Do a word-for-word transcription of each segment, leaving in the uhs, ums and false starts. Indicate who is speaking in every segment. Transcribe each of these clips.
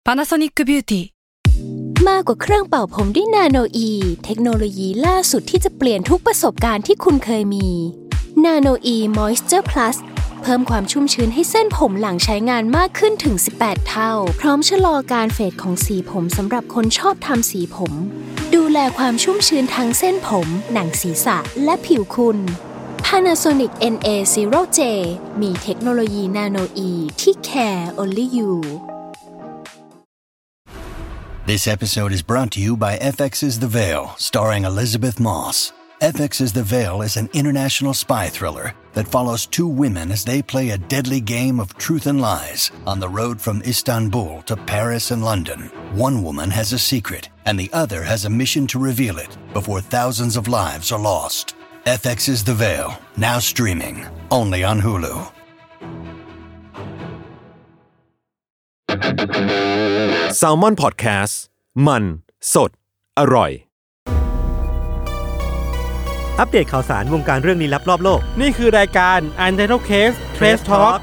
Speaker 1: Panasonic Beauty
Speaker 2: มากกว่าเครื่องเป่าผมด้วยนาโนอีเทคโนโลยีล่าสุดที่จะเปลี่ยนทุกประสบการณ์ที่คุณเคยมีนาโนอีมอยส์เจอร์พลัสเพิ่มความชุ่มชื้นให้เส้นผมหลังใช้งานมากขึ้นถึงสิบแปดเท่าพร้อมชะลอการเฟดของสีผมสำหรับคนชอบทำสีผมดูแลความชุ่มชื้นทั้งเส้นผมหนังศีรษะและผิวคุณ Panasonic เอ็น เอ ศูนย์ เจ มีเทคโนโลยีนาโนอีที่ care only you
Speaker 3: This episode is brought to you by F X's The Veil, starring Elizabeth Moss. F X's The Veil is an international spy thriller that follows two women as they play a deadly game of truth and lies on the road from Istanbul to Paris and London. One woman has a secret, and the other has a mission to reveal it before thousands of lives are lost. F X's The Veil, now streaming, only on Hulu.
Speaker 4: Salmon Podcast มันสดอร่อย
Speaker 5: อัปเดตข่าวสารวงการเรื่องลี้ลับรอบโลก
Speaker 6: นี่คือรายการ Untitled Case Trace Talk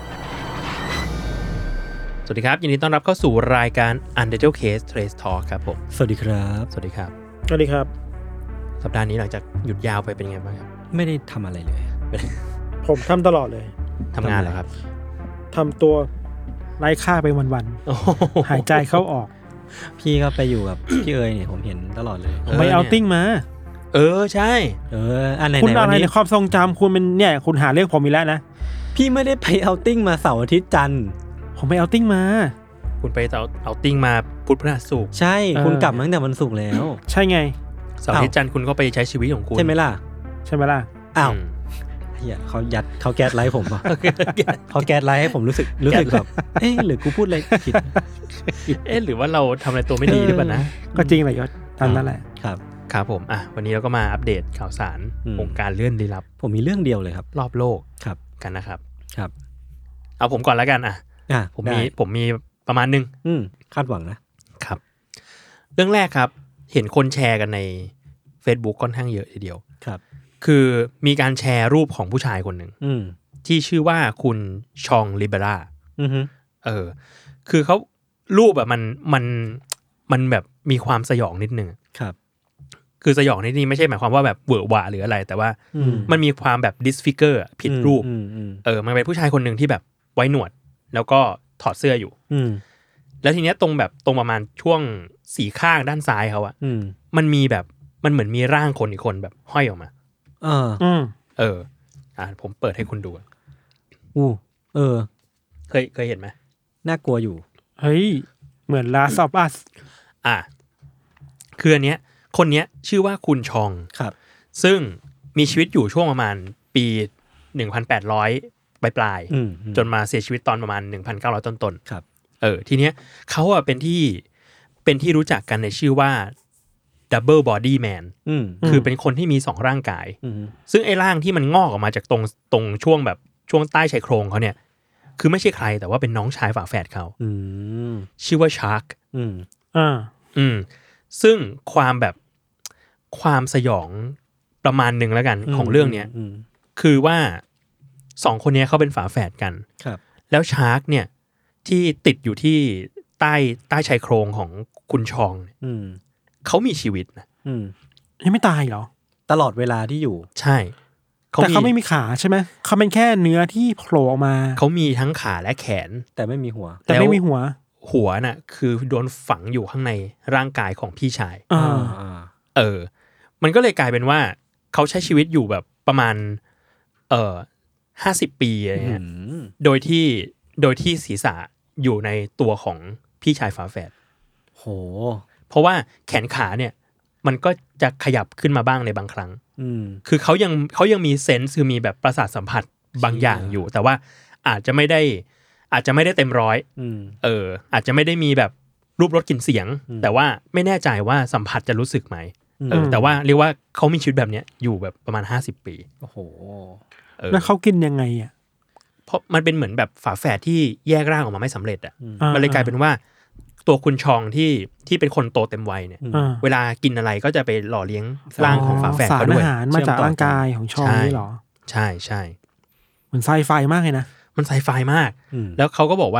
Speaker 7: สวัสดีครับยินดีต้อนรับเข้าสู่รายการ Untitled Case Trace Talk ครับผม
Speaker 5: สวัสดีครับ
Speaker 7: สวัสดีครับ
Speaker 6: สวัสดีครับ
Speaker 7: สัปดาห์นี้หลังจากหยุดยาวไปเป็นไงบ้างครับ
Speaker 5: ไม่ได้ทำอะไรเลย
Speaker 6: ผมทำตลอดเลย
Speaker 7: ทำงานเหรอครับ
Speaker 6: ทำตัวไร้ค่าไปวันๆหายใจเข้าออก
Speaker 5: พี่ก็ไปอยู่กับ พี่เอ๋ยเนี่ยผมเห็นตลอดเลย
Speaker 6: ไปเอาติ้งมา
Speaker 7: เออใช่
Speaker 5: เอออันไหนๆ
Speaker 6: คุณอะไรในความทรงจำคุณเป็นเนี่ยคุณหาเรื่องผมอีกแล้วนะ
Speaker 5: พี่ไม่ได้ไปเอาติ้งมาเสาร์อาทิตย์จันทร์
Speaker 6: ผมไปเอาติ้งมา
Speaker 7: คุณไปเอาเอาติ้งมาพุธพฤหัสศุกร์
Speaker 5: ใช่คุณกลับมาตั้งแต่วันศุกร์แล้ว
Speaker 6: ใช่ไง
Speaker 7: เสาร์อาทิตย์จันทร์คุณก็ไปใช้ชีวิตของคุณ
Speaker 5: ใช่ไหมล่ะ
Speaker 6: ใช่ไหมล่ะ
Speaker 5: อ้าวเฮียเขายัดเขาแก๊สไลท์ผมป่ะเขาแก๊สไลท์ให้ผมรู้สึกรู้สึกแบบเอ๊ะหรือกูพูดอะไรผิด
Speaker 7: เอ๊ะหรือว่าเราทำอะไรตัวไม่ดีหรือเปล่านะ
Speaker 6: ก็จริงแหละยศตามนั้นแหละ
Speaker 5: ครับ
Speaker 7: ครับผมอ่ะวันนี้เราก็มาอัปเดตข่าวสารวงการเรื่องลี้ลับ
Speaker 5: ผมมีเรื่องเดียวเลยครับ
Speaker 7: รอบโลก
Speaker 5: ครับ
Speaker 7: กันนะครับ
Speaker 5: ครับ
Speaker 7: เอาผมก่อนแล้วกันอ่ะ
Speaker 5: อ่ะ
Speaker 7: ผมมีผมมีประมาณนึง
Speaker 5: อืมคาดหวัง
Speaker 7: นะครับเรื่องแรกครับเห็นคนแชร์กันใน Facebook ค่อนข้างเยอะทีเดียว
Speaker 5: ครับ
Speaker 7: คือมีการแชร์รูปของผู้ชายคนหนึ่งที่ชื่อว่าคุณชองลิเบราเออคือเขารูปแบบมันมันมันแบบมีความสยองนิดนึง
Speaker 5: ครับ
Speaker 7: คือสยองนิดนี้ไม่ใช่หมายความว่าแบบเวอร์วะหรืออะไรแต่ว่ามันมีความแบบดิสฟิกเกอร์ผิดรูปเออมันเป็นผู้ชายคนหนึ่งที่แบบไว้หนวดแล้วก็ถอดเสื้ออยู่แล้วทีเนี้ยตรงแบบตรงประมาณช่วงสีข้างด้านซ้ายเขาอะมันมีแบบมันเหมือนมีร่างคนอีกคนแบบห้อยออกมา
Speaker 5: เออ
Speaker 7: เอออ่าผมเปิดให้คุณดู
Speaker 5: อู้เออ
Speaker 7: เคยเคยเห็นไหม
Speaker 5: น่ากลัวอยู่
Speaker 6: เฮ้ยเหมือน Last of Us
Speaker 7: อ่ะคืออันเนี้ยคนเนี้ยชื่อว่าคุณชอง
Speaker 5: ครับ
Speaker 7: ซึ่งมีชีวิตอยู่ช่วงประมาณปีหนึ่งพันแปดร้อยปลายๆจนมาเสียชีวิตตอนประมาณ หนึ่งพันเก้าร้อย ต้นๆ
Speaker 5: ครับ
Speaker 7: เออทีเนี้ยเขาอ่ะเป็นที่เป็นที่รู้จักกันในชื่อว่าDouble Body Man คือเป็นคนที่มีสองร่างกายซึ่งไอ้ร่างที่มันงอกออกมาจากตรงตรงช่วงแบบช่วงใต้ชายโครงเขาเนี่ยคือไม่ใช่ใครแต่ว่าเป็นน้องชายฝาแฝดเขาชื่อว่าชาร์ก
Speaker 6: อืมอ่า
Speaker 7: อืมซึ่งความแบบความสยองประมาณหนึ่งแล้วกันของเรื่องเนี้ยคือว่าสองคนนี้เขาเป็นฝาแฝดกัน
Speaker 5: ครับ
Speaker 7: แล้วชาร์กเนี่ยที่ติดอยู่ที่ใต้ใต้ชายโครงของคุณชองเขามีชีวิตนะ
Speaker 6: ยังไม่ตายเหรอ
Speaker 5: ตลอดเวลาที่อยู่
Speaker 7: ใช่
Speaker 6: แต่เขาไม่มีขาใช่ไหมเขาเป็นแค่เนื้อที่โผล่ออกมา
Speaker 7: เขามีทั้งขาและแขน
Speaker 5: แต่ไม่มีหัว
Speaker 6: แต่ไม่มีหัว
Speaker 7: หัวน่ะคือโดนฝังอยู่ข้างในร่างกายของพี่ชาย
Speaker 6: อ่า
Speaker 7: เออมันก็เลยกลายเป็นว่าเขาใช้ชีวิตอยู่แบบประมาณเอ่อห้าสิบปีอะไรเงี้ยโดยที่โดยที่ศีรษะอยู่ในตัวของพี่ชายฝาแฝด
Speaker 5: โห
Speaker 7: เพราะว่าแขนขาเนี่ยมันก็จะขยับขึ้นมาบ้างในบางครั้งคือเขายังเขายังมีเซนส์คือมีแบบประสาทสัมผัสบางอย่างอยู่แต่ว่าอาจจะไม่ได้อาจจะไม่ได้เต็มร้อยเอออาจจะไม่ได้มีแบบรูปรสกลิ่นเสียงแต่ว่าไม่แน่ใจว่าสัมผัสจะรู้สึกไหมเออแต่ว่าเรียกว่าเขามีชีวิตแบบเนี้ยอยู่แบบประมาณห้าสิบปี
Speaker 5: โอ้โห
Speaker 6: แล้วเขากินยังไงอ่ะ
Speaker 7: เพราะมันเป็นเหมือนแบบฝาแฝดที่แยกร่างออกมาไม่สำเร็จอ่ะมันเลยกลายเป็นว่าตัวคุณชองที่ที่เป็นคนโตเต็มวัยเนี่ยเวลากินอะไรก็จะไปหล่อเลี้ยงร่างของฝาแฝดเขาด้วย
Speaker 6: สารอาหารมาจากร่างกายของชองนี่หรอ
Speaker 7: ใช่ใช่
Speaker 6: มันไซไฟมากเลยนะ
Speaker 7: มันไซไฟมากแล้วเขาก็บอกว่า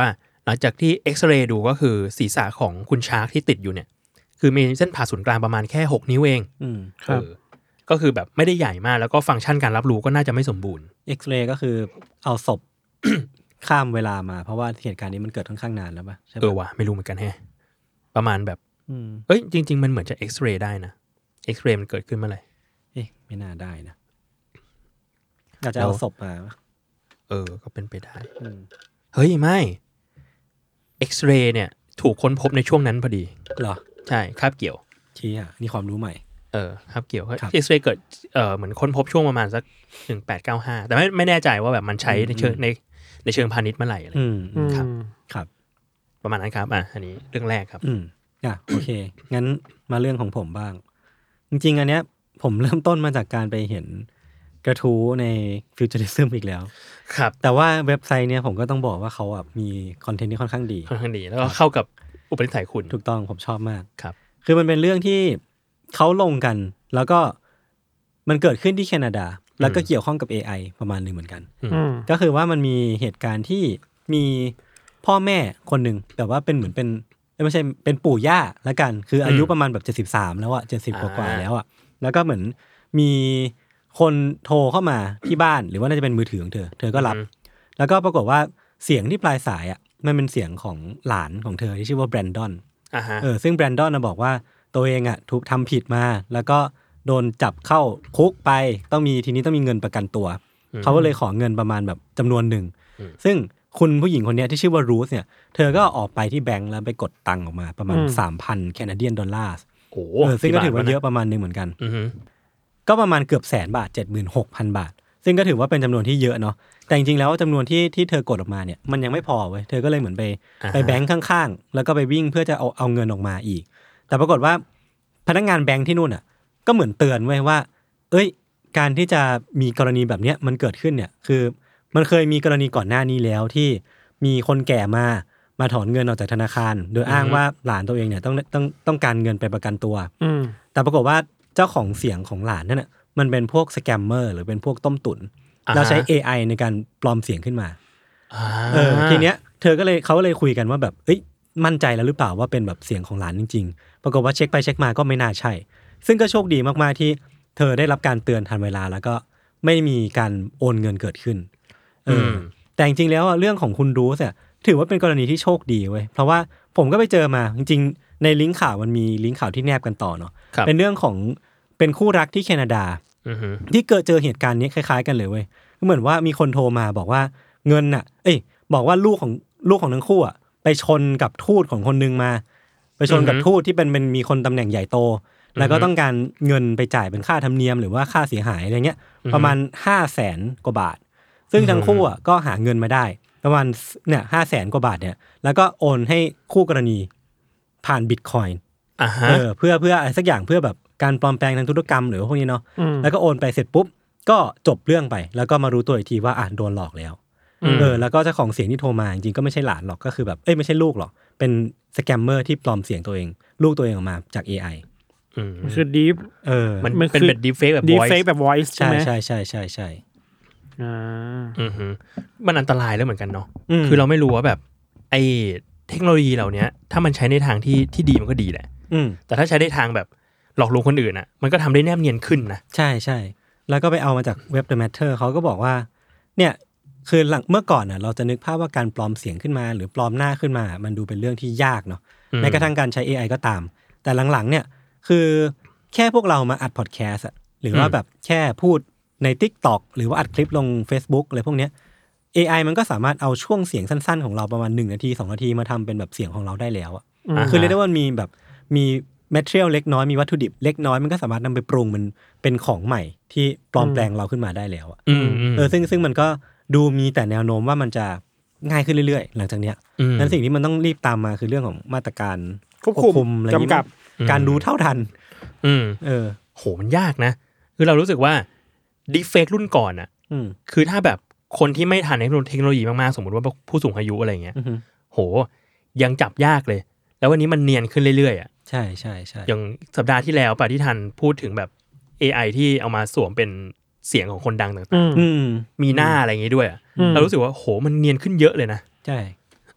Speaker 7: จากที่เอ็กซเรย์ดูก็คือศีรษะของคุณชาร์กที่ติดอยู่เนี่ยคือมีเส้นผ่าศูนย์กลางประมาณแค่หกนิ้วเอง
Speaker 5: อืม
Speaker 6: ครับ
Speaker 7: ก็คือแบบไม่ได้ใหญ่มากแล้วก็ฟังก์ชันการรับรู้ก็น่าจะไม่สมบูรณ์
Speaker 5: เอ็กซเรย์ก็คือเอาศพ ข้ามเวลามาเพราะว่าเหตุการณ์นี้มันเกิดค่อนข้างนานแล้วป่ะใช่ป่ะ
Speaker 7: เออว่ะไม่รู้เหมือนกันแฮะประมาณแบบเอ้ยจริงๆมันเหมือนจะเอ็กซเรย์ได้นะเอ็กซเรย์มันเกิดขึ้นเมื่อไหร่
Speaker 5: เอ๊ะไม่น่าได้นะอาจจะเอาศพมา
Speaker 7: เออก็เป็นไปได้เฮ้ยไม่เอ็กซเรย์เนี่ยถูกค้นพบในช่วงนั้นพอดี
Speaker 5: เหรอ
Speaker 7: ใช่คาบเกี่ยว
Speaker 5: ชี้อ่ะนี่ความรู้ใหม่
Speaker 7: เออคาบเกี่ยวเอ็กซเรย์เกิดเออเหมือนค้นพบช่วงประมาณสักหนึ่งแปดเก้าห้าแต่ไม่ไม่แน่ใจว่าแบบมันใช้ในเชิงในในเชิงพาณิชย์เมื่อไหร่อะไรครับ
Speaker 5: ครับ
Speaker 7: ประมาณนั้นครับอ่ะอันนี้เรื่องแรกครับ
Speaker 5: อืมอ่ะโอเคงั้นมาเรื่องของผมบ้างจริงๆอันเนี้ยผมเริ่มต้นมาจากการไปเห็นกระทู้ในฟิวเจอริซึมอีกแล้ว
Speaker 7: ครับ
Speaker 5: แต่ว่าเว็บไซต์เนี้ยผมก็ต้องบอกว่าเขาอ่ะมีคอนเทนต์ที่ค่อนข้างดี
Speaker 7: ค่อนข้างดีแล้วก็เข้ากับอุปนิสัยคุณ
Speaker 5: ถูกต้องผมชอบมาก
Speaker 7: ครับ
Speaker 5: คือมันเป็นเรื่องที่เขาลงกันแล้วก็มันเกิดขึ้นที่แคนาดาแล้วก็เกี่ยวข้องกับ เอ ไอ ประมาณนึงเหมือนกันก็คือว่ามันมีเหตุการณ์ที่มีพ่อแม่คนหนึ่งแต่ว่าเป็นเหมือนเป็นไม่ใช่เป็นปู่ย่าละกันคืออายุประมาณแบบเจ็ดสิบสามแล้วอ่ะเจ็ดสิบกว่าๆแล้วอ่ะแล้วก็เหมือนมีคนโทรเข้ามาที่บ้านหรือว่าน่าจะเป็นมือถือของเธอเธอก็รับแล้วก็ปรากฏว่าเสียงที่ปลายสายอ่ะมันเป็นเสียงของหลานของเธอที่ชื่อว่าแบรนดอนเออซึ่งแบรนดอนน่ะบอกว่าตัวเองอ่ะถูกทำผิดมาแล้วก็โดนจับเข้าคุกไปต้องมีทีนี้ต้องมีเงินประกันตัวเขาก็เลยขอเงินประมาณแบบจำนวนหนึ่งซึ่งคุณผู้หญิงคนนี้ที่ชื่อว่ารูธเนี่ยเธอก็ออกไปที่แบงก์แล้วไปกดตังค์ออกมาประมาณ สามพัน แคนาเดียนดอลลาร์
Speaker 7: โอ้
Speaker 5: ซึ่งก็ถือว่าเยอะประมาณนึงเหมือนกันก็ประมาณเกือบแสนบาท เจ็ดหมื่นหกพัน บาทซึ่งก็ถือว่าเป็นจำนวนที่เยอะเนาะแต่จริงๆแล้วจำนวนที่ที่เธอกดออกมาเนี่ยมันยังไม่พอเว้ยเธอก็เลยเหมือนไปไปแบงก์ข้างๆแล้วก็ไปวิ่งเพื่อจะเอาเอาเงินออกมาอีกแต่ปรากฏว่าพนักงานแบงก์ที่นู่นอ่ะก็เหมือนเตือนไว้ว่าเอ้ยการที่จะมีกรณีแบบนี้มันเกิดขึ้นเนี่ยคือมันเคยมีกรณีก่อนหน้านี้แล้วที่มีคนแก่มามาถอนเงินออกจากธนาคารโดยอ้างว่าหลานตัวเองเนี่ยต้องต้องต้องการเงินไปประกันตัวแต่ปรากฏว่าเจ้าของเสียงของหลานนั่นน่ะมันเป็นพวกสแกมเมอร์หรือเป็นพวกต้มตุ๋นเราใช้ เอ ไอ ในการปลอมเสียงขึ้นมาเออทีเนี้ยเธอก็เลยเขาก็เลยคุยกันว่าแบบเอ้ยมั่นใจแล้วหรือเปล่าว่าเป็นแบบเสียงของหลานจริงๆปรากฏว่าเช็คไปเช็คมาก็ไม่น่าใช่ซึ่งก็โชคดีมากๆที่เธอได้รับการเตือนทันเวลาแล้วก็ไม่มีการโอนเงินเกิดขึ้นเออแต่จริงๆแล้วเรื่องของคุณรูธเนี่ยถือว่าเป็นกรณีที่โชคดีเว้ยเพราะว่าผมก็ไปเจอมาจริงๆในลิงก์ข่าวมันมีลิงก์ข่าวที่แนบกันต่อเนาะเป็นเรื่องของเป็นคู่รักที่แคนาดาที่เกิดเจอเหตุการณ์นี้คล้ายๆกันเลยเว้ยเหมือนว่ามีคนโทรมาบอกว่าเงินน่ะเอ้ยบอกว่าลูกของลูกของทั้งคู่อ่ะไปชนกับทูตของคนนึงมาไปชนกับทูตที่เป็นเป็นมีคนตำแหน่งใหญ่โตแล้วก็ต้องการเงินไปจ่ายเป็นค่าธรรมเนียมหรือว่าค่าเสียหายอะไรเงี้ยประมาณห้าแสนกว่าบาทซึ่งทั้งคู่อ่ะก็หาเงินมาได้ประมาณเนี่ยห้าแสนกว่าบาทเนี่ยแล้วก็โอนให้คู่กรณีผ่านบิตคอยน์เออเพื่อเพื่ออะไรสักอย่างเพื่อแบบการปลอมแปลงทางธุรกรรมหรือพวกนี้เนาะแล้วก็โอนไปเสร็จปุ๊บก็จบเรื่องไปแล้วก็มารู้ตัวอีกทีว่าอ่ะโดนหลอกแล้วเออแล้วก็เจ้าของเสียงที่โทรมาจริงๆก็ไม่ใช่หลานหรอกก็คือแบบเอ้ยไม่ใช่ลูกหรอกเป็นสแกมเมอร์ที่ปลอมเสียงตัวเองลูกตัวเองออกมาจาก เอ ไอ
Speaker 6: มันคือ deep
Speaker 7: เออมันเป็นแบบ deep fake แบบ
Speaker 6: deep
Speaker 7: voice
Speaker 6: fake แบบ voice ใช่ไหม
Speaker 5: ใช่ใช่ใช่ใช่
Speaker 6: อ่า
Speaker 7: อือฮึมันอันตรายแล้วเหมือนกันเนาะคือเราไม่รู้ว่าแบบไอ้เทคโนโลยีเหล่านี้ถ้ามันใช้ในทางที่ที่ดีมันก็ดีแหละแต่ถ้าใช้ในทางแบบหลอกลวงคนอื่นอ่ะมันก็ทำได้แนบเนียนขึ้นนะ
Speaker 5: ใช่ใช่แล้วก็ไปเอามาจากเว็บ The Matter เขาก็บอกว่าเนี่ยคือหลังเมื่อก่อนน่ะเราจะนึกภาพว่าการปลอมเสียงขึ้นมาหรือปลอมหน้าขึ้นมามันดูเป็นเรื่องที่ยากเนาะแม้กระทั่งการใช้ เอ ไอ ก็ตามแต่หลังๆเนี่ยคือแค่พวกเรามาอัดพอดแคสต์หรือว่าแบบแค่พูดใน TikTok หรือว่าอัดคลิปลง Facebook อะไรพวกเนี้ย เอ ไอ มันก็สามารถเอาช่วงเสียงสั้นๆของเราประมาณหนึ่งนาทีสองนาทีมาทำเป็นแบบเสียงของเราได้แล้วอ่ะคือเรียกได้ว่ามีแบบมีแมทเทอเรียลเล็กน้อยมีวัตถุดิบเล็กน้อยมันก็สามารถนำไปปรุงมันเป็นของใหม่ที่ปลอมแปลงเราขึ้นมาได้แล้วอ่ะเออซึ่งซึ่งมันก็ดูมีแต่แนวโน้มว่ามันจะง่ายขึ้นเรื่อยๆหลังจากเนี้ยนั้นสิ่งที่มันต้องรีบตามมาคือเรื่องของมาตรการ
Speaker 6: ควบคุม
Speaker 5: อะไรนี้การรู้เท่าทันเออ
Speaker 7: โหมันยากนะคือเรารู้สึกว่าดีเฟกรุ่นก่อนอ่ะคือถ้าแบบคนที่ไม่ทันเทคโนโลยีมากๆสมมติว่าผู้สูงอายุอะไรเงี้ยโหยังจับยากเลยแล้ววันนี้มันเนียนขึ้นเรื่อยๆอ่ะ
Speaker 5: ใช่ใช่ใช่
Speaker 7: อย่างสัปดาห์ที่แล้วป่ะที่ทันพูดถึงแบบ เอ ไอ ที่เอามาสวมเป็นเสียงของคนดังต่างๆมีหน้าอะไรอย่างงี้ด้วยเรารู้สึกว่าโหมันเนียนขึ้นเยอะเลยนะ
Speaker 5: ใช่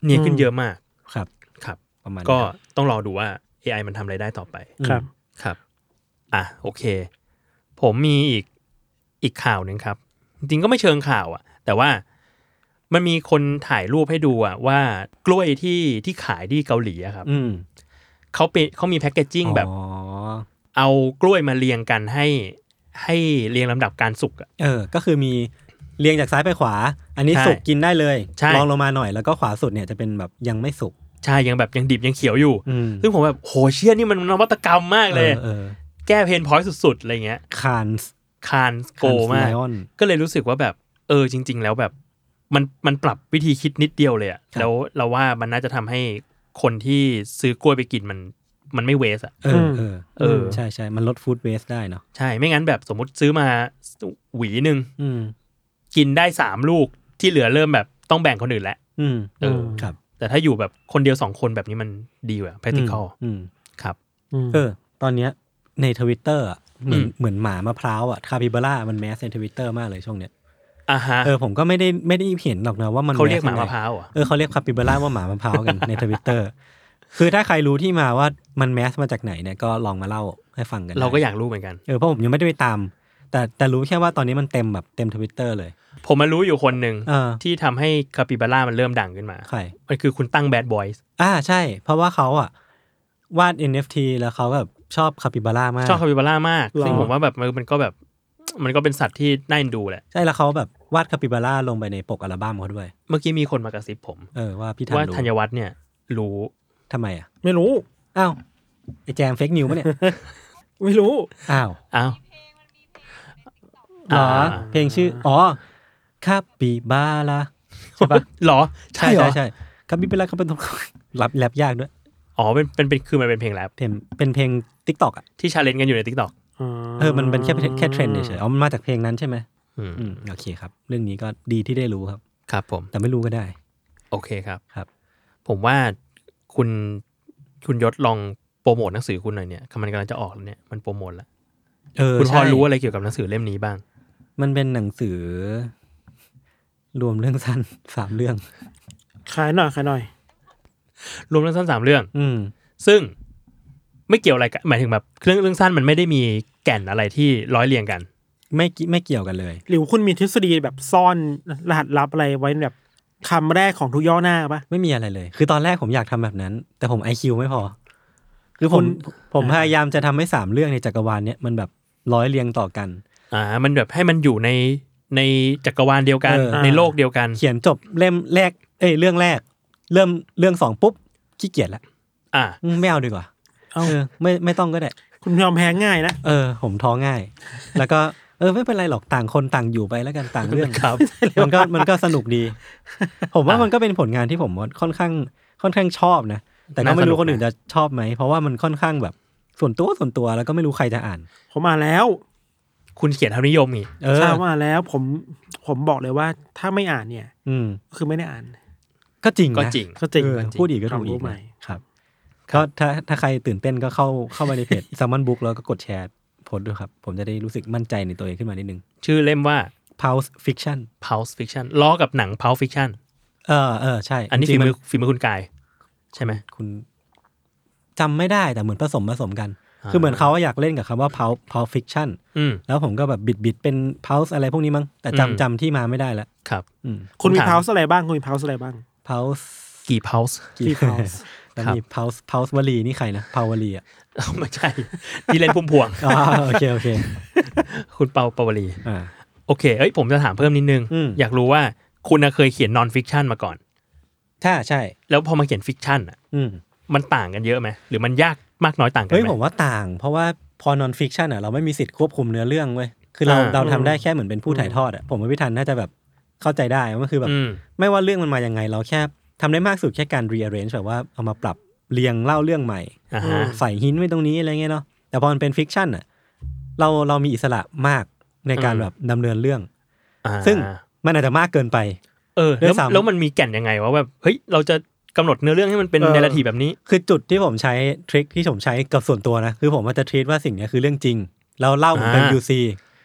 Speaker 7: เนียนขึ้นเยอะมาก
Speaker 5: ครับ
Speaker 7: ครับ
Speaker 5: ประมาณ
Speaker 7: ก็ต้องรอดูว่า เอ ไอ มันทำอะไรได้ต่อไป
Speaker 6: ครับ
Speaker 7: ครับอ่ะโอเคผมมีอีกอีกข่าวหนึ่งครับจริงๆก็ไม่เชิงข่าวอ่ะแต่ว่ามันมีคนถ่ายรูปให้ดูอ่ะว่ากล้วยที่ที่ขายที่เกาหลีอะครับเขาเป็นเขามีแพคเกจจิ้งแบบเอากล้วยมาเรียงกันให้ให้เรียงลำดับการสุกอ่ะ
Speaker 5: เออก็คือมีเรียงจากซ้ายไปขวาอันนี้สุกกินได้เลยลองลงมาหน่อยแล้วก็ขวาสุดเนี่ยจะเป็นแบบยังไม่สุก
Speaker 7: ใช่ยังแบบยังดิบยังเขียวอยู่ซึ่งผมแบบโหเชี่ยนี่มันนวัตกรรมมากเลยแก้เพนพอยต์สุดๆอะไรเงี้ย
Speaker 5: คานส์
Speaker 7: คานส์โกมากก็เลยรู้สึกว่าแบบเออจริงๆแล้วแบบมันมันปรับวิธีคิดนิดเดียวเลยอะแล้วเราว่ามันน่าจะทำให้คนที่ซื้อกล้วยไปกินมันมันไม่เวสอะ
Speaker 5: เออเออเออใช่ใช่มันลดฟู้ดเวสได้เนาะ
Speaker 7: ใช่ไม่งั้นแบบสมมติซื้อมาหวีนึงกินได้สามลูกที่เหลือเริ่มแบบต้องแบ่งคนอื่นแล้วเออครับแต่ถ้าอยู่แบบคนเดียวสองคนแบบนี้มันดีกว่า practical ครับ
Speaker 5: เออตอนเนี้ยใน Twitter อ่ะเหมือนเหมือนหมามะพร้าวอ่ะคาปิบาร่ามันแมสใน Twitter มากเลยช่วงเนี้ย
Speaker 7: อ่าฮะ
Speaker 5: เออผมก็ไม่ได้ไม่ได้เห็นหรอกนะว่ามัน
Speaker 7: เขาเรียกหมามะพร้าวอ่ะ
Speaker 5: เออเขาเรียกคาปิบาร่าว่าหมามะพร้าวกันใน Twitter คือถ้าใครรู้ที่มาว่ามันแมสมาจากไหนเนี่ยก็ลองมาเล่าให้ฟังกัน
Speaker 7: เราก็อยากรู้เหมือนกัน
Speaker 5: เออเพราะผมยังไม่ได้ไปตามแต่แต่รู้แค่ว่าตอนนี้มันเต็มแบบเต็ม Twitter เลย
Speaker 7: ผมมารู้อยู่คนนึงที่ทำให้คาปิบาร่ามันเริ่มดังขึ้นมา
Speaker 5: ใคร
Speaker 7: มันคือคุณตั้ง Bad Boys
Speaker 5: อ่าใช่เพราะว่าเขาอ่ะวาด เอ็น เอฟ ที แล้วเขาแบบชอบคาปิบาร่ามาก
Speaker 7: ชอบคาปิบาร่ามากซึ่งผมว่าแบบมันก็แบบมันก็เป็นสัตว์ที่น่าเอ็นดูแหละ
Speaker 5: ใช่แล้วเขาแบบวาดคาปิบาร่าลงไปในปกอัลบั้มเขาด้วย
Speaker 7: เมื่อกี้มีคนมากระซิบผม
Speaker 5: เออว่าพี่ธัญ
Speaker 7: ว่าธัญวัฒน์เนี่ยรู้
Speaker 5: ทำไมอ่ะ
Speaker 6: ไม่รู้
Speaker 5: อ้าวไอแจมเฟกนิวมั้ยเนี่ย
Speaker 6: ไม่รู้
Speaker 5: อ้าว
Speaker 7: อ้าว
Speaker 5: หรอเพลงชื่ออ๋อคาปิบาร่าใช่ปะ
Speaker 7: หรอ
Speaker 5: ใช่ใช่คาปิบาร่าเขาเป็นรับแรปยากด้วย
Speaker 7: อ๋อเป็นเป็นเป็นคือมันเป็นเพลงแรป
Speaker 5: เป็นเป็นเพลง TikTok อ่ะ
Speaker 7: ที่ challenge กันอยู่ใน TikTok
Speaker 5: เออมันเป็นแค่แค่เทรนด์เฉยๆอ๋อมันมาจากเพลงนั้นใช่ไหมอืมโอเคครับเรื่องนี้ก็ดีที่ได้รู้ครับ
Speaker 7: ครับผม
Speaker 5: แต่ไม่รู้ก็ได้
Speaker 7: โอเคครับ
Speaker 5: ครับ
Speaker 7: ผมว่าคุณคุณยศลองโปรโมทหนังสือคุณหน่อยเนี่ยมันกำลังจะออกแล้วเนี่ยมันโปรโมทแล้วคุณพอรู้อะไรเกี่ยวกับหนังสือเล่มนี้บ้าง
Speaker 5: มันเป็นหนังสือรวมเรื่องสั้นสามเรื่อง
Speaker 6: ขายหน่อยขายหน่อย
Speaker 7: รวมเรื่องสั้นสามเรื่อง
Speaker 5: อืม
Speaker 7: ซึ่งไม่เกี่ยวอะไรกันหมายถึงแบบเรื่องเรื่องสั้นมันไม่ได้มีแก่นอะไรที่ร้อยเรียงกัน
Speaker 5: ไม่ไม่เกี่ยวกันเลย
Speaker 6: หรือคุณมีทฤษฎีแบบซ่อนรหัสลับอะไรไว้แบบคำแรกของทุกย่อหน้าปะ
Speaker 5: ไม่มีอะไรเลยคือตอนแรกผมอยากทำแบบนั้นแต่ผม ไอ คิว ไม่พอคือผมผมพยายามจะทำให้สามเรื่องในจักรวาลเนี้ยมันแบบร้อยเรียงต่อกัน
Speaker 7: อ่ามันแบบให้มันอยู่ในในจักรวาลเดียวกันในโลกเดียวกัน
Speaker 5: เขียนจบเล่มแรกเอ้ยเรื่องแรกเริ่มเรื่องสองปุ๊บขี้เกียจละ
Speaker 7: อ่า
Speaker 5: ไม่เอาดีกว่าเออไม่ไม่ต้องก็ได้
Speaker 6: คุณยอมแพ้ง่ายนะ
Speaker 5: เออผมท้อง่ายแล้วก็เออไม่เป็นไรหรอกต่างคนต่างอยู่ไปแล้วกันต่างเรื่อง
Speaker 7: ครับ
Speaker 5: มันก็มันก็สนุกดีผมว่ามันก็เป็นผลงานที่ผมค่อนข้างค่อนข้างชอบนะแต่ก็ไม่รู้คนอื่นจะชอบไหมเพราะว่ามันค่อนข้างแบบส่วนตัวส่วนตัวแล้วก็ไม่รู้ใครจะอ่าน
Speaker 6: ผมอ่านแล้ว
Speaker 7: คุณเขียนทำนิยมอีก
Speaker 6: เออใช่ว่าแล้วผมผมบอกเลยว่าถ้าไม่อ่านเนี่ย
Speaker 5: อืม
Speaker 6: คือไม่ได้อ่าน
Speaker 5: ก็จริง
Speaker 7: ก็จริง
Speaker 6: ก็จริง
Speaker 5: พูดอีกก็ถูกอีกครับก็ถ้าถ้าใครตื่นเต้นก็เข้าเข้ามาในเพจ Salmon Book แล้วก็กดแชร์โพสต์ด้วยครับผมจะได้รู้สึกมั่นใจในตัวเองขึ้นมานิดนึง
Speaker 7: ชื่อเล่มว่า
Speaker 5: Pulse Fiction
Speaker 7: Pulse Fiction ล้อกับหนัง Pulse Fiction
Speaker 5: เออเออใช่
Speaker 7: อันนี้ฝีมือฝีมือคุณกายใช่ไหม
Speaker 5: คุณจำไม่ได้แต่เหมือนผสมผสมกันคือเหมือนเขาอยากเล่นกับคำว่า Pulse Pulse Fiction แล้วผมก็แบบบิดบิดเป็น Pulse อะไรพวกนี้มั้งแต่จำจำที่มาไม่ได้แล้ว
Speaker 7: ครับ
Speaker 6: คุณมี Pulse อะไรบ้างคุณมี Pulse อะไรบ้าง
Speaker 5: Pulse
Speaker 7: กี่ Pulse
Speaker 6: กี่ Pulse
Speaker 5: แต่มี Pulse Pulse วลีนี่ใครนะเปาวลีอ่ะ
Speaker 7: ไม่ใช่ที่เล่นพุ่มพวง
Speaker 5: อ๋อโอเคโอเค
Speaker 7: คุณเปาเปาวลี
Speaker 5: อ่า
Speaker 7: โอเคเอ้ยผมจะถามเพิ่มนิดนึงอยากรู้ว่าคุณเคยเขียน non fiction มาก่อน
Speaker 5: ใช่ใช่
Speaker 7: แล้วพอมาเขียน fiction อ่ะมันต่างกันเยอะไหมหรือมันยากมากน้อยต่างกันไหม
Speaker 5: เฮ้ยผมว่าต่างเพราะว่าพอ non fiction อ่ะเราไม่มีสิทธิ์ควบคุมเนื้อเรื่องเว้ยคือเราเราทำได้แค่เหมือนเป็นผู้ถ่ายทอดอ่ะผมว่าพี่ทันน่าจะแบบเข้าใจได้ว่าคือแบบไม่ว่าเรื่องมันมายังไงเราแค่ทำได้มากสุดแค่การ rearrange แบบว่าเอามาปรับเรียงเล่าเรื่องใหม่ใส่หินไว้ตรงนี้อะไรเงี้ยเนาะแต่พอมันเป็น fiction อ่ะเราเรามีอิสระมากในการแบบดำเนินเรื่องซึ่งมันอาจจะมากเกินไป
Speaker 7: เออแล้วแล้วมันมีแก่นยังไงวะแบบเฮ้ยเราจะกำหนดเนื้อเรื่องให้มันเป็นเนเรทีฟแบบนี้
Speaker 5: คือจุดที่ผมใช้ทริคที่ผมใช้กับส่วนตัวนะคือผมว่าจะทรีตว่าสิ่งนี้คือเรื่องจริงแล้วเล่าเหมือนเป็น ยู ซี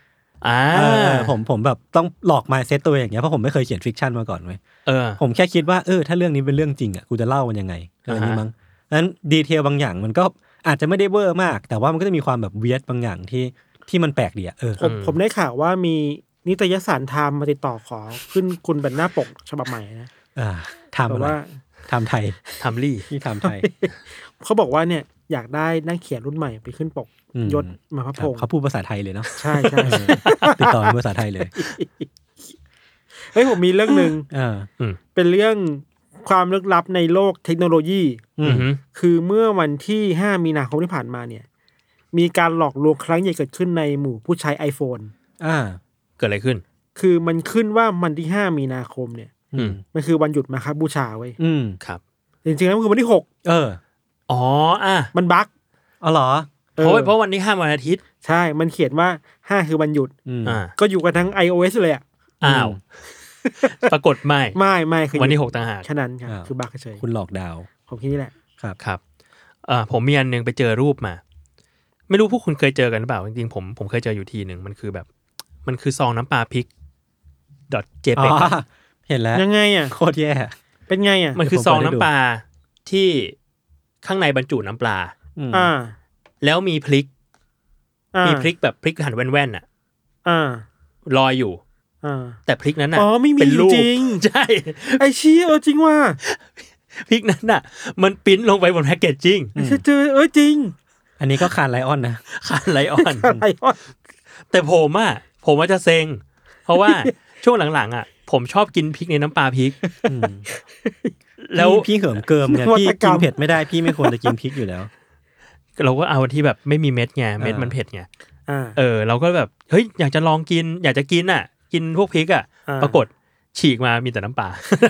Speaker 7: อ่า
Speaker 5: เออผมผมแบบต้องหลอกมาเซตตัวอย่างเงี้ยเพราะผมไม่เคยเขียนฟิกชันมาก่อนเว้ย
Speaker 7: เออ
Speaker 5: ผมแค่คิดว่าเออถ้าเรื่องนี้เป็นเรื่องจริงอ่ะกูจะเล่ามันยังไงอะไรนี้มั้งนั้นดีเทลบางอย่างมันก็อาจจะไม่ได้เวอร์มากแต่ว่ามันก็จะมีความแบบเวียดบางอย่างที่ที่มันแปลกดีอ่ะเออ
Speaker 6: ผมผมได้ข่าวว่ามีนิตยสารไทม์มาติดต่อขอขึ้นคุณเป็นหน้าปกฉบับใหม่นะ
Speaker 5: อ่าทำ
Speaker 6: แต่
Speaker 5: อะไร
Speaker 6: ว่า
Speaker 5: ทำไทย
Speaker 7: ทำลี่
Speaker 5: ที่ทำไทย
Speaker 6: เขาบอกว่าเนี่ยอยากได้นักเขียนรุ่นใหม่ไปขึ้นปก
Speaker 5: อืม
Speaker 6: ยศมาพระ
Speaker 5: ค
Speaker 6: พ
Speaker 5: รับ
Speaker 6: งศ์
Speaker 5: เขาพูดภาษาไทยเลยเนาะ
Speaker 6: ใช่ใช่
Speaker 5: ติดต่อเป็นภาษาไทยเลย
Speaker 6: เฮ้ยผมมีเรื่องหนึ่ง
Speaker 5: เออ
Speaker 6: เป็นเรื่องความลึกลับในโลกเทคโนโลยี
Speaker 5: อืม
Speaker 6: คือเมื่อวันที่ห้ามีนาคมที่ผ่านมาเนี่ยมีการหลอกลวงครั้งใหญ่เกิดขึ้นในหมู่ผู้ใช้ iPhone
Speaker 5: อ่า
Speaker 7: เกิดอะไรขึ้น
Speaker 6: คือมันขึ้นว่าวันที่ห้ามีนาคมเนี่ย
Speaker 5: อืม
Speaker 6: มันคือวันหยุดมาครับบูชาเว้ย
Speaker 5: อืม
Speaker 7: ครับ
Speaker 6: จริงๆแล้วมันคือวันที่หก
Speaker 5: เออ
Speaker 7: อ๋ออ่ะ
Speaker 6: มันบั๊ก
Speaker 5: เอาเหรอ
Speaker 6: เอ
Speaker 7: เพราะ
Speaker 6: อ
Speaker 7: เพราะวันที่ห้าวันอาทิตย์
Speaker 6: ใช่มันเขียนว่าห้าคือวันหยุด
Speaker 5: อืม
Speaker 7: อ่า
Speaker 6: ก็อยู่กันทั้ง iOS เลยอ่ะ
Speaker 7: อ้าว ปรากฏไม่
Speaker 6: ไม่ไม่คือ
Speaker 7: วันที่หกต่างหาก
Speaker 6: แค่นั้นครับ
Speaker 5: อ้าว
Speaker 6: คือบั๊กเฉย
Speaker 5: คุณหลอกดาว
Speaker 6: ผมคิดนี่แหละ
Speaker 5: ครับ
Speaker 7: ครับเอ่อผมมีอันนึงไปเจอรูปมา ไม่รู้พวกคุณเคยเจอกันหรือเปล่าจริงๆผมผมเคยเจออยู่ทีหนึ่งมันคือแบบ มันคือซองน้ำปลาพริก
Speaker 5: อ๋อ
Speaker 7: .jpeg
Speaker 5: เห็นแล้ว
Speaker 6: ยังไงอ่ะ
Speaker 5: โคตรแย่
Speaker 6: เป็นไงอ่ะ
Speaker 7: มันคือซองน้ำปลาที่ข้างในบรรจุน้ำปลา
Speaker 5: อืม
Speaker 6: อ่า
Speaker 7: แล้วมีพริก
Speaker 6: อ่า
Speaker 7: มีพริกแบบพริกหั่นแว่นๆอ่ะ
Speaker 6: อ่า
Speaker 7: ลอยอยู่
Speaker 6: อ่า
Speaker 7: แต่พริกนั้นน่ะ
Speaker 6: อ๋อไม่มี
Speaker 7: เป็นรูป
Speaker 6: จริง
Speaker 7: ใช่
Speaker 6: ไอเชี่ยเออจริงว่ะ
Speaker 7: พริกนั้นน่ะ มันปริ้นลงไปบนแพคเกจจิ้ง
Speaker 6: ไอ้เชี่ยเจอเออจริง
Speaker 5: อันนี้ก็คานไลออนนะ
Speaker 7: คานไลออน
Speaker 6: อะไรวะ
Speaker 7: แต่ผมอ่ะผมว่าจะเซ็ง เพราะว่า ช่วงหลังๆอ่ะ ผมชอบกินพริกในน้ำปลาพริก แล้ว
Speaker 5: พี่พี่เหิมเกิมเนี่ยพี่กินเผ็ดไม่ได้พี่ไม่ควรจะกินพริกอยู่แล้ว
Speaker 7: เราก็เอาที่แบบไม่มีเม็ดไงเม็ดมันเผ็ดไง
Speaker 6: อ่า
Speaker 7: เออเราก็แบบเฮ้ยอยากจะลองกิน อยากจะกินอ่ะ กินพวกพริกอ่ะ
Speaker 6: อ่า
Speaker 7: ปรากฏฉีกมามีแต่น้ำปลา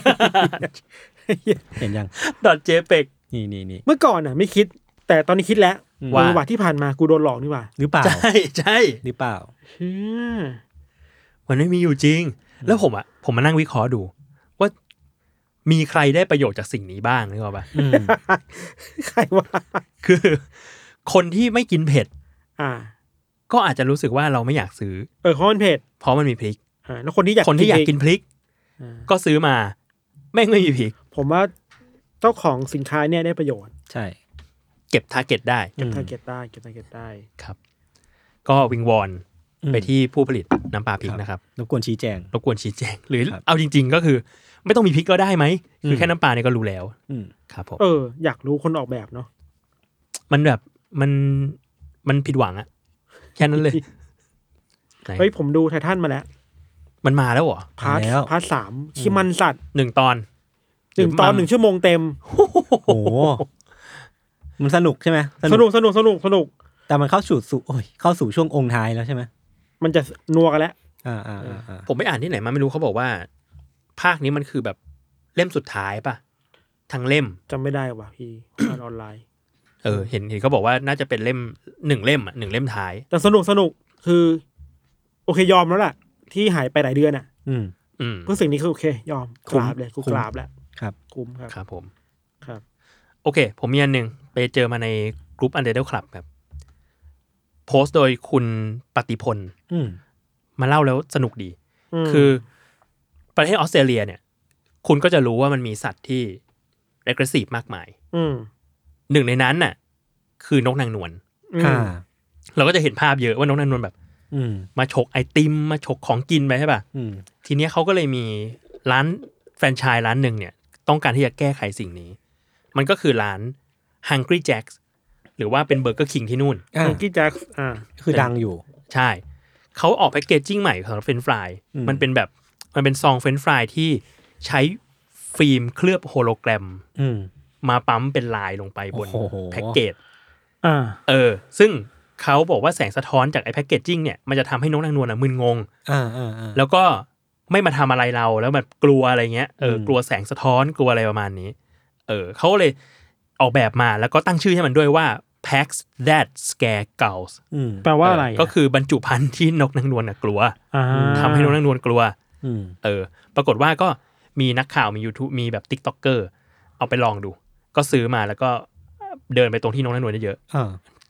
Speaker 5: เห็นยัง
Speaker 7: ดอทเจเป็ก
Speaker 5: นี่นี่นี่
Speaker 6: เมื่อก่อนน่ะไม่คิด แต่ตอนนี้คิดแล้ว
Speaker 7: ว่า
Speaker 6: เออว่าที่ผ่านมากูโดนหลอกนี่หว่า
Speaker 5: หรือเปล่า
Speaker 7: ใช่ใช่
Speaker 5: หรือเปล่า
Speaker 6: เชี่ย
Speaker 7: มันไม่มีอยู่จริง แล้วผมอ่ะผมมานั่งวิเคราะห์ดู ว่ามีใครได้ประโยชน์จากสิ่งนี้บ้างนึกออกปะ
Speaker 5: อืม
Speaker 6: ใครว่า
Speaker 7: คือคนที่ไม่กินเผ็ด
Speaker 6: อ่า
Speaker 7: ก็อาจจะรู้สึกว่าเราไม่อยากซื้อ
Speaker 6: เออเพราะมันเผ็ด
Speaker 7: เพราะมันมีพริก
Speaker 6: อ่าแล้วคนที่อยาก
Speaker 7: คนที่อยากกิน
Speaker 6: เอง
Speaker 7: พริก
Speaker 6: อ่า
Speaker 7: ก็ซื้อมาแม่งไม่มีพริก
Speaker 6: ผมว่าเจ้าของสินค้าเนี่ยได้ประโยชน์
Speaker 5: ใช่
Speaker 7: เก็บทาร์เก็ตได้
Speaker 6: เก็บทาร์เก็ตได้เก็บทาร์เก็ตได้
Speaker 7: ครับ ก็วิงวอนไปที่ผู้ผลิตน้ำปลาพริกนะครับ
Speaker 5: รบกวนชี้แจง
Speaker 7: รบกวนชี้แจง หรือ
Speaker 5: ครับ
Speaker 7: เอาจริง ๆ ก็คือ ไม่ต้องมีพริกก็ได้ไหม คือ
Speaker 5: ม
Speaker 7: แค่น้ำปลาเนี่ยก็รู้แล้ว
Speaker 5: อืม
Speaker 7: ครับผม
Speaker 6: เอออยากรู้คนออกแบบเนาะ
Speaker 7: มันแบบมันมันผิดหวังอะแค่นั้นเลยไหน
Speaker 6: เฮ้ยผมดูไททันมาแล้ว
Speaker 7: มันมาแล้วเหรอ
Speaker 6: พาร์ท
Speaker 5: แล้ว
Speaker 6: พาร์ทสามที่มันสัตว์
Speaker 7: หนึ่งตอน
Speaker 6: หนึ่งตอนหนึ่งชั่วโมงเต็ม
Speaker 5: โอ้โหมันสนุกใช่ไหม
Speaker 6: สนุกสนุกสนุกสนุก
Speaker 5: แต่มันเข้าสู่สู่โอ้ยเข้าสู่ช่วงองค์ท้ายแล้วใช่ไหม
Speaker 6: มันจะนัวกันแล้ว
Speaker 5: อ่าอ่าอ่าอ่า
Speaker 7: ผมไปอ่านที่ไหนมาไม่รู้เขาบอกว่า ภาคนี้มันคือแบบเล่มสุดท้ายป่ะทั้งเล่ม
Speaker 6: จำไม่ได้ว่ะพี่ อ่านออนไลน์
Speaker 7: เออเห็นเห็นเขาบอกว่าน่าจะเป็นเล่มหนึ่งเล่มอ่ะหนึ่งเล่มท้าย
Speaker 6: แต่สนุกสนุกคือ โอเคยอมแล้วล่ะ ที่หายไปหลายเดือนอ่ะ
Speaker 5: อืม
Speaker 7: อืม
Speaker 6: เพื่อสิ่งนี้คือโอเค ยอม
Speaker 5: คุ้
Speaker 6: ก
Speaker 5: ม
Speaker 6: ราบเลยกู
Speaker 5: คุ้ม
Speaker 6: กราบแล้ว
Speaker 5: ครับ
Speaker 6: คุ้มครับ
Speaker 7: ครับผม
Speaker 6: ครับ
Speaker 7: โอเค ผมมีอันหนึ่งไปเจอมาในกลุ่ม Untitled Club ครับโพสต์โดยคุณปฏิพล
Speaker 5: อืม
Speaker 7: มาเล่าแล้วสนุกดี
Speaker 6: ม
Speaker 7: คือประเทศออสเตรเลียเนี่ย คุณก็จะรู้ว่ามันมีสัตว์ที่ aggressive มากมาย
Speaker 6: อืม
Speaker 7: หนึ่งในนั้นน่ะ คือนกนางนวล
Speaker 6: อืม
Speaker 5: อ่า
Speaker 7: เราก็จะเห็นภาพเยอะว่านกนางนวลแบบ
Speaker 5: อืม
Speaker 7: มาฉกไอติมมาฉกของกินไปใช่ป่ะ
Speaker 5: อืม
Speaker 7: ทีเนี้ยเขาก็เลยมีร้านแฟรนไชส์ร้านหนึ่งเนี่ย ต้องการที่จะแก้ไขสิ่งนี้ มันก็คือร้าน Hungry Jacks หรือว่าเป็นเบอร์เกอร์คิงที่นู่น
Speaker 5: อ่า
Speaker 6: เมื่อกี้แจ็คอ่า
Speaker 5: คือดังอยู่
Speaker 7: ใช่ เขาออกแพคเกจจิ้งใหม่สำหรับเฟรนช์ฟราย
Speaker 5: อืม
Speaker 7: มันเป็นแบบมันเป็นซองเฟรนช์ฟรายที่ใช้ฟิล์มเคลือบโฮโลแกรม
Speaker 5: อืม
Speaker 7: มาปั๊มเป็นลายลงไปบน
Speaker 5: โอ้โห
Speaker 7: แพ็กเกจ
Speaker 6: อ่า
Speaker 7: เออ ซึ่งเขาบอกว่าแสงสะท้อนจากไอ้แพ็กเกจจิ้งเนี่ยมันจะทำให้นกนางนวลอ่ะมึนงง
Speaker 5: อ่าอ่าอ่า
Speaker 7: แล้วก็ไม่มาทำอะไรเราแล้วแบบกลัวอะไรเงี้ยเอออ
Speaker 5: ม
Speaker 7: กลัวแสงสะท้อนกลัวอะไรประมาณนี้ เออเขาก็เลยออกแบบมาแล้วก็ตั้งชื่อให้มันด้วยว่า packs that scare gulls
Speaker 5: อืม
Speaker 6: แปลว่าอะไร
Speaker 7: เก็คือบรรจุภัณฑ์ที่นกนางนวลน่ะกลัว
Speaker 6: อ่า
Speaker 7: ทำให้นกนางนวลกลัว
Speaker 5: อืม
Speaker 7: เออ ปรากฏว่าก็มีนักข่าวมี YouTube มีแบบ TikToker เอาไปลองดู ก็ซื้อมาแล้วก็เดินไปตรงที่นกนางนวลเยอะ
Speaker 5: อ่า
Speaker 7: ๆ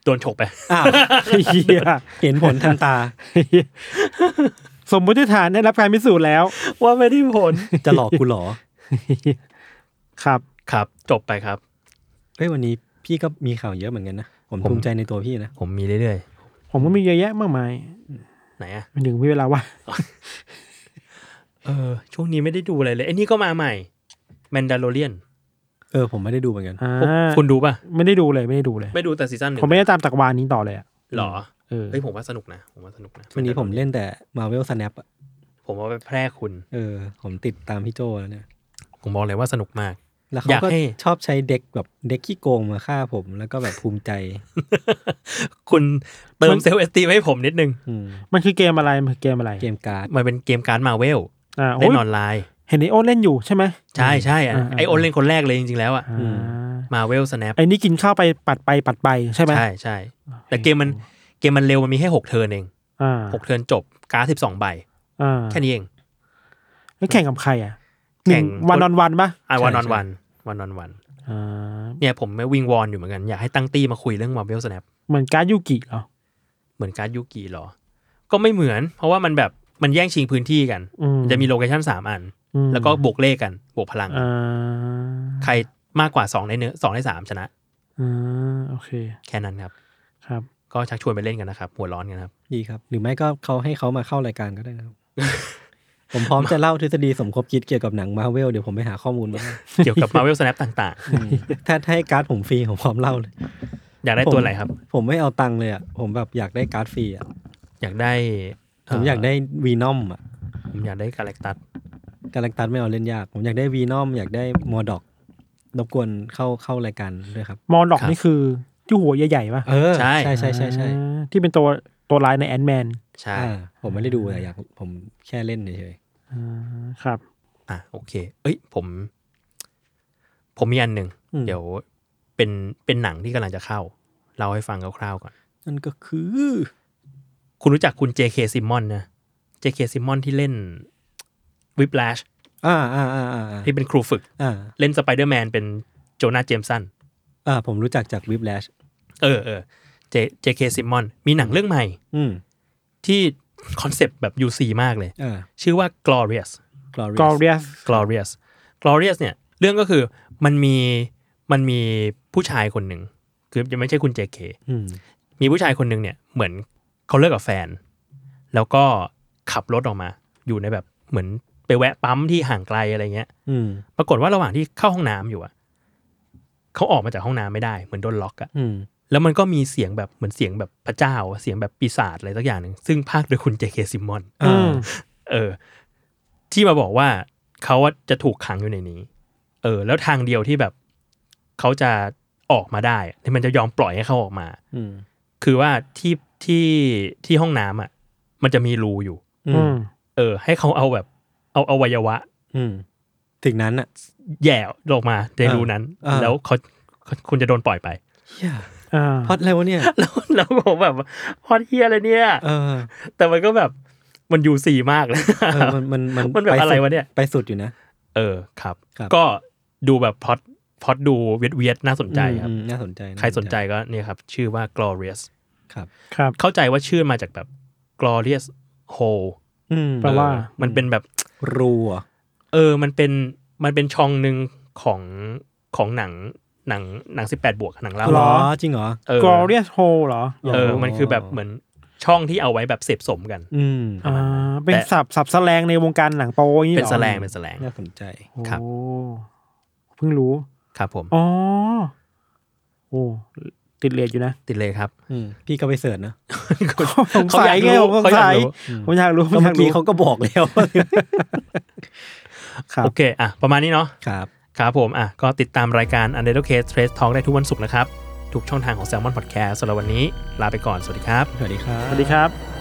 Speaker 7: โดนฉกไป
Speaker 5: อ้าว
Speaker 6: เหี้ย
Speaker 5: เห็นผลทันตา
Speaker 6: สมมติฐานได้รับการพิสูจน์แล้ว
Speaker 7: ว่าไม่ได้ผล
Speaker 5: จะหลอกกูหรอ
Speaker 6: ครับ
Speaker 7: ครับจบไปครับ
Speaker 5: เฮ้ยวันนี้พี่ก็มีข่าวเยอะเหมือนกันนะผมภูมิใจในตัวพี่นะ
Speaker 7: ผมมีเรื่อย
Speaker 6: ๆผมก็มีเยอะแยะมากมาย
Speaker 7: ไหนอ่ะ
Speaker 6: มันถึงมีเวลาว่า
Speaker 7: เออช่วงนี้ไม่ได้ดูอะไรเลยไอ้นี่ก็มาใหม่ Mandalorian
Speaker 5: เออผมไม่ได้ดูเหมือนกัน
Speaker 7: คุณดูป่ะ
Speaker 6: ไม่ได้ดูเลยไม่ได้ดูเลย
Speaker 7: ไม่ดูแต่ซีซั่นหนึ่ง
Speaker 6: ผมไม่ได้ตามจักรวาลนี้ต่อเลยอ่ะ
Speaker 7: หรอ
Speaker 6: เออ
Speaker 7: เฮ้ยผมว่าสนุกนะผมว่าสนุกนะ
Speaker 5: วันนี้ผมเล่นแต่ Marvel Snap อ่ะ
Speaker 7: ผมเอาไปแพร่คุณ
Speaker 5: เออผมติดตามพี่โจแล้วเนี่ย
Speaker 7: ผมบอกเลยว่าสนุกมาก
Speaker 5: แล้วเขาก็ชอบใช้เด็กแบบเด็กขี้โกงมาฆ่าผมแล้วก็แบบภูมิใจ
Speaker 7: คุณเติมเซลล์เอสตีให้ผมนิดนึง
Speaker 6: มันคือเกมอะไรมันคือเกมอะไร
Speaker 5: เกมการ์ด
Speaker 7: มันเป็นเกมการ์ดมาเวลเล่นออนไลน์
Speaker 6: เห็นไอโอเล่นอยู่ใช่ไหม
Speaker 7: ใช่ใช่ไอโอเล่นคนแรกเลยจริงๆแล้วอ่ะมาเวลสแนป
Speaker 6: ไอนี่กินข้าวไปปัดไปปัดไปใช่ไหม
Speaker 7: ใช่ใช่แต่เกมมันเกมมันเร็วมันมีแค่หกเทิร์นเองหกเทิร์นจบการ์ดสิบสองใบแค่นี้เอง
Speaker 6: แล้วแข่งกับใครอ่ะแข่งวันออนวันป่ะ
Speaker 7: อ่าวันออนวันวันออนวันเนี่ยผมไม่วิงวอนอยู่เหมือนกันอยากให้ตั้งตี้มาคุยเรื่องมาเวลสแนป
Speaker 6: เหมือนการ์ดยูกิเหรอ
Speaker 7: เหมือนการ์ดยูกิเหรอก็ไม่เหมือนเพราะว่ามันแบบมันแย่งชิงพื้นที่กันจะมีโลเคชั่นสามอันแล้วก็บวกเลขกันบวกพลังใครมากกว่าสองในเนื้อสองในสามชนะ
Speaker 6: อ่าโอเค
Speaker 7: แค่นั้นครับ
Speaker 6: ครับ
Speaker 7: ก็ชักชวนไปเล่นกันนะครับหัวร้อนกันครับ
Speaker 5: ดีครับหรือไม่ก็เขาให้เขามาเข้ารายการก็ได้นะครับ ผมพร้อมจะเล่าทฤษฎีสมคบคิดเกี่ยวกับหนัง Marvel เดี๋ยวผมไปหาข้อมูลมา
Speaker 7: เกี่ยวกับ Marvel Snap ต่าง
Speaker 5: ๆถ้าให้การ์ดผมฟรีผมพร้อมเล่าเลย
Speaker 7: อยากได้ตัวไหนครับ
Speaker 5: ผมไม่เอาตังค์เลยอ่ะผมแบบอยากได้การ์ดฟรีอ่ะ
Speaker 7: อยากได้
Speaker 5: ผมอยากได้วีนอมอ่ะ
Speaker 7: ผมอยากได้กาแล็กตัส
Speaker 5: กาแล็กตัสไม่เอาเล่นยากผมอยากได้วีนอมอยากได้มอร์ด็อกรบกวนเข้าเข้ารายการด้วยครับ
Speaker 6: มอร์ด็อกนี่คือที่หัวใหญ่ๆป่ะ
Speaker 5: เออใช่ใช่ใช่ใช่ใช่
Speaker 6: ที่เป็นตัวตัวร้ายในแอนด์แมน
Speaker 7: ใช่
Speaker 5: ผมไม่ได้ดูแต่อยากผมแค่เล่นเฉย
Speaker 6: ๆครับ
Speaker 7: อ่ะโอเคเอ้ยผมผมมีอันหนึ่งเดี๋ยวเป็นเป็นหนังที่กำลังจะเข้าเล่าให้ฟังคร่าวๆก่อน
Speaker 5: นั่นก็คือ
Speaker 7: คุณรู้จักคุณ เจ เค Simmons นะ เจ เค Simmons ที่เล่น Whiplash
Speaker 5: อ่าอ่าอ่า
Speaker 7: ที่เป็นครูฝึกเล่น Spider-Man เป็นโจนาห์เจมสัน
Speaker 5: อ่าผมรู้จักจาก Whiplash
Speaker 7: เออเออ เจ เค Simmons มีหนังเรื่องใหม่ที่คอนเซปต์แบบ ยู ซี มากเลยชื่อว่า Glorious
Speaker 6: Glorious
Speaker 7: Glorious Glorious เนี่ยเรื่องก็คือมันมีมันมีผู้ชายคนหนึ่งคือยังไม่ใช่คุณ เจ เค มีผู้ชายคนหนึ่งเนี่ยเหมือนเขาเลิกกับแฟนแล้วก็ขับรถออกมาอยู่ในแบบเหมือนไปแวะปั๊มที่ห่างไกลอะไรเงี้ยปรากฏว่าระหว่างที่เข้าห้องน้ำอยู่อ่ะเขาออกมาจากห้องน้ำไม่ได้เหมือนโดนล็อกอ่ะแล้วมันก็มีเสียงแบบเหมือนเสียงแบบพระเจ้าเสียงแบบปีศาจอะไรสักอย่างหนึ่งซึ่งพากย์โดยคุณ เจ เค Simmons เออที่มาบอกว่าเขาจะถูกขังอยู่ในนี้เออแล้วทางเดียวที่แบบเขาจะออกมาได้ที่มันจะยอมปล่อยให้เขาออกมาคือว่าที่ที่ที่ห้องน้ำอ่ะมันจะมีรูอยู่เออให้เขาเอาแบบเอาอวัยวะ
Speaker 5: ถึงนั้นอ่ะ
Speaker 7: แย่ลงมาในรูนั้นแล้วเขาคุณจะโดนปล่อยไป
Speaker 5: พอดอะไรวะเนี่ย
Speaker 7: แล้วแล้วผมแบบพอดเฮียอะไรเนี่ยแต่มันก็แบบมันยูซีมากเลย
Speaker 5: มันมัน
Speaker 7: มันแบบอะไรวะเนี่ย
Speaker 5: ไปสุดอยู่นะ
Speaker 7: เออครับก็ดูแบบพอดพอดดูเวียดเวียดน่าสนใจครับ
Speaker 5: น่าสนใจ
Speaker 7: ใครสนใจก็เนี่ยครับชื่อว่า Glorious
Speaker 5: ครับ
Speaker 6: ครับ
Speaker 7: เข้าใจว่าชื่อมาจากแบบ Glorious Hole
Speaker 6: แปลว่า
Speaker 7: มันเป็นแบบ
Speaker 5: รูอ่ะ
Speaker 7: เออมันเป็นมันเป็นช่องนึงของของหนังหนังหนังสิบแปดบวกหนังเล่า
Speaker 5: หรอจริงเหรอ
Speaker 6: Glorious Hole เหรอ
Speaker 7: เออมันคือแบบเหมือนช่องที่เอาไว้แบบเสพสมกัน
Speaker 5: อืม
Speaker 6: อ่าเป็นศัพท์ศัพท์แสลงในวงการหนังโป๊นี่เหรอ
Speaker 7: เป็นแสลงเป็นแสลง
Speaker 5: น่าสนใจ
Speaker 7: ครับ
Speaker 6: โอ้เพิ่งรู้
Speaker 7: ครับผม
Speaker 6: อ๋อโอ้ติดเลทอยู่นะ
Speaker 7: ติดเลทครับ
Speaker 5: พี่ก็ไปเสิร์ชนะ
Speaker 6: สงสัยไงผมสงสัยผมอยากรู้
Speaker 5: เมื่อกี้เขาก็บอกแล้ว
Speaker 7: โอเคอ่ะประมาณนี้เนาะ
Speaker 5: ครับ
Speaker 7: ครับผมอ่ะก็ติดตามรายการ Undertale Case Trace Talk ได้ทุกวันศุกร์นะครับทุกช่องทางของ Salmon Podcast สำหรับวันนี้ลาไปก่อนสวัสดีครับ
Speaker 5: สวัสดีครับ
Speaker 6: สวัสดีครับ